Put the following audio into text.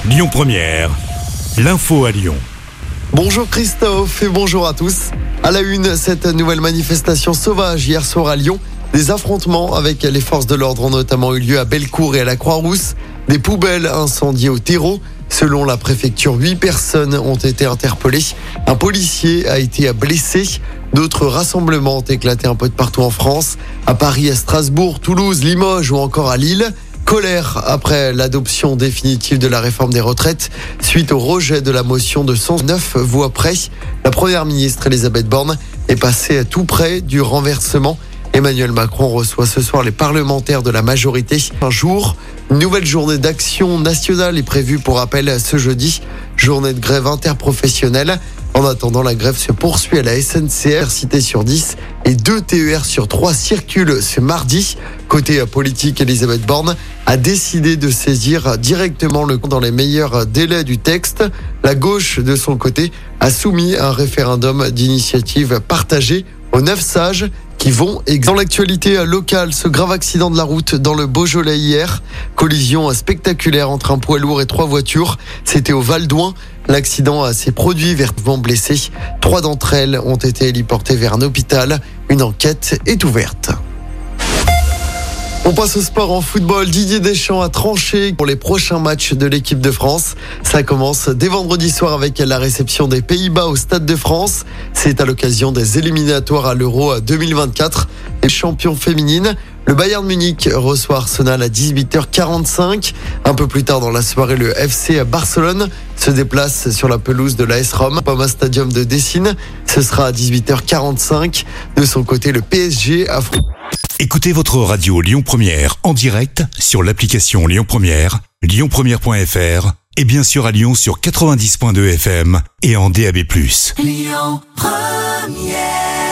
Lyon Première, l'info à Lyon. Bonjour Christophe et bonjour à tous. À la une, cette nouvelle manifestation sauvage hier soir à Lyon. Des affrontements avec les forces de l'ordre ont notamment eu lieu à Bellecour et à la Croix-Rousse. Des poubelles incendiées au terreau. Selon la préfecture, 8 personnes ont été interpellées. Un policier a été blessé. D'autres rassemblements ont éclaté un peu de partout en France. À Paris, à Strasbourg, Toulouse, Limoges ou encore à Lille. Colère après l'adoption définitive de la réforme des retraites suite au rejet de la motion de 109 voix près. La première ministre Elisabeth Borne est passée tout près du renversement. Emmanuel Macron reçoit ce soir les parlementaires de la majorité. Un jour, une nouvelle journée d'action nationale est prévue pour rappel ce jeudi. Journée de grève interprofessionnelle. En attendant, la grève se poursuit à la SNCF. Cité sur 10 et 2 TER sur 3 circulent ce mardi. Côté politique, Elisabeth Borne a décidé de saisir directement le compte dans les meilleurs délais du texte. La gauche, de son côté, a soumis un référendum d'initiative partagée aux 9 sages qui vont. Dans l'actualité locale, ce grave accident de la route dans le Beaujolais hier. Collision spectaculaire entre un poids lourd et 3 voitures. C'était au Val d'Ouin. L'accident s'est produit, grièvement blessés. 3 d'entre elles ont été héliportées vers un hôpital. Une enquête est ouverte. On passe au sport en football. Didier Deschamps a tranché pour les prochains matchs de l'équipe de France. Ça commence dès vendredi soir avec la réception des Pays-Bas au Stade de France. C'est à l'occasion des éliminatoires à l'Euro 2024. Et champion féminine, le Bayern Munich reçoit Arsenal à 18h45. Un peu plus tard dans la soirée, le FC Barcelone se déplace sur la pelouse de l'AS Rome, Pama Stadium de Dessine. Ce sera à 18h45. De son côté, le PSG affronte. Écoutez votre radio Lyon Première en direct sur l'application Lyon Première, lyonpremière.fr et bien sûr à Lyon sur 90.2 FM et en DAB+. Lyon Première.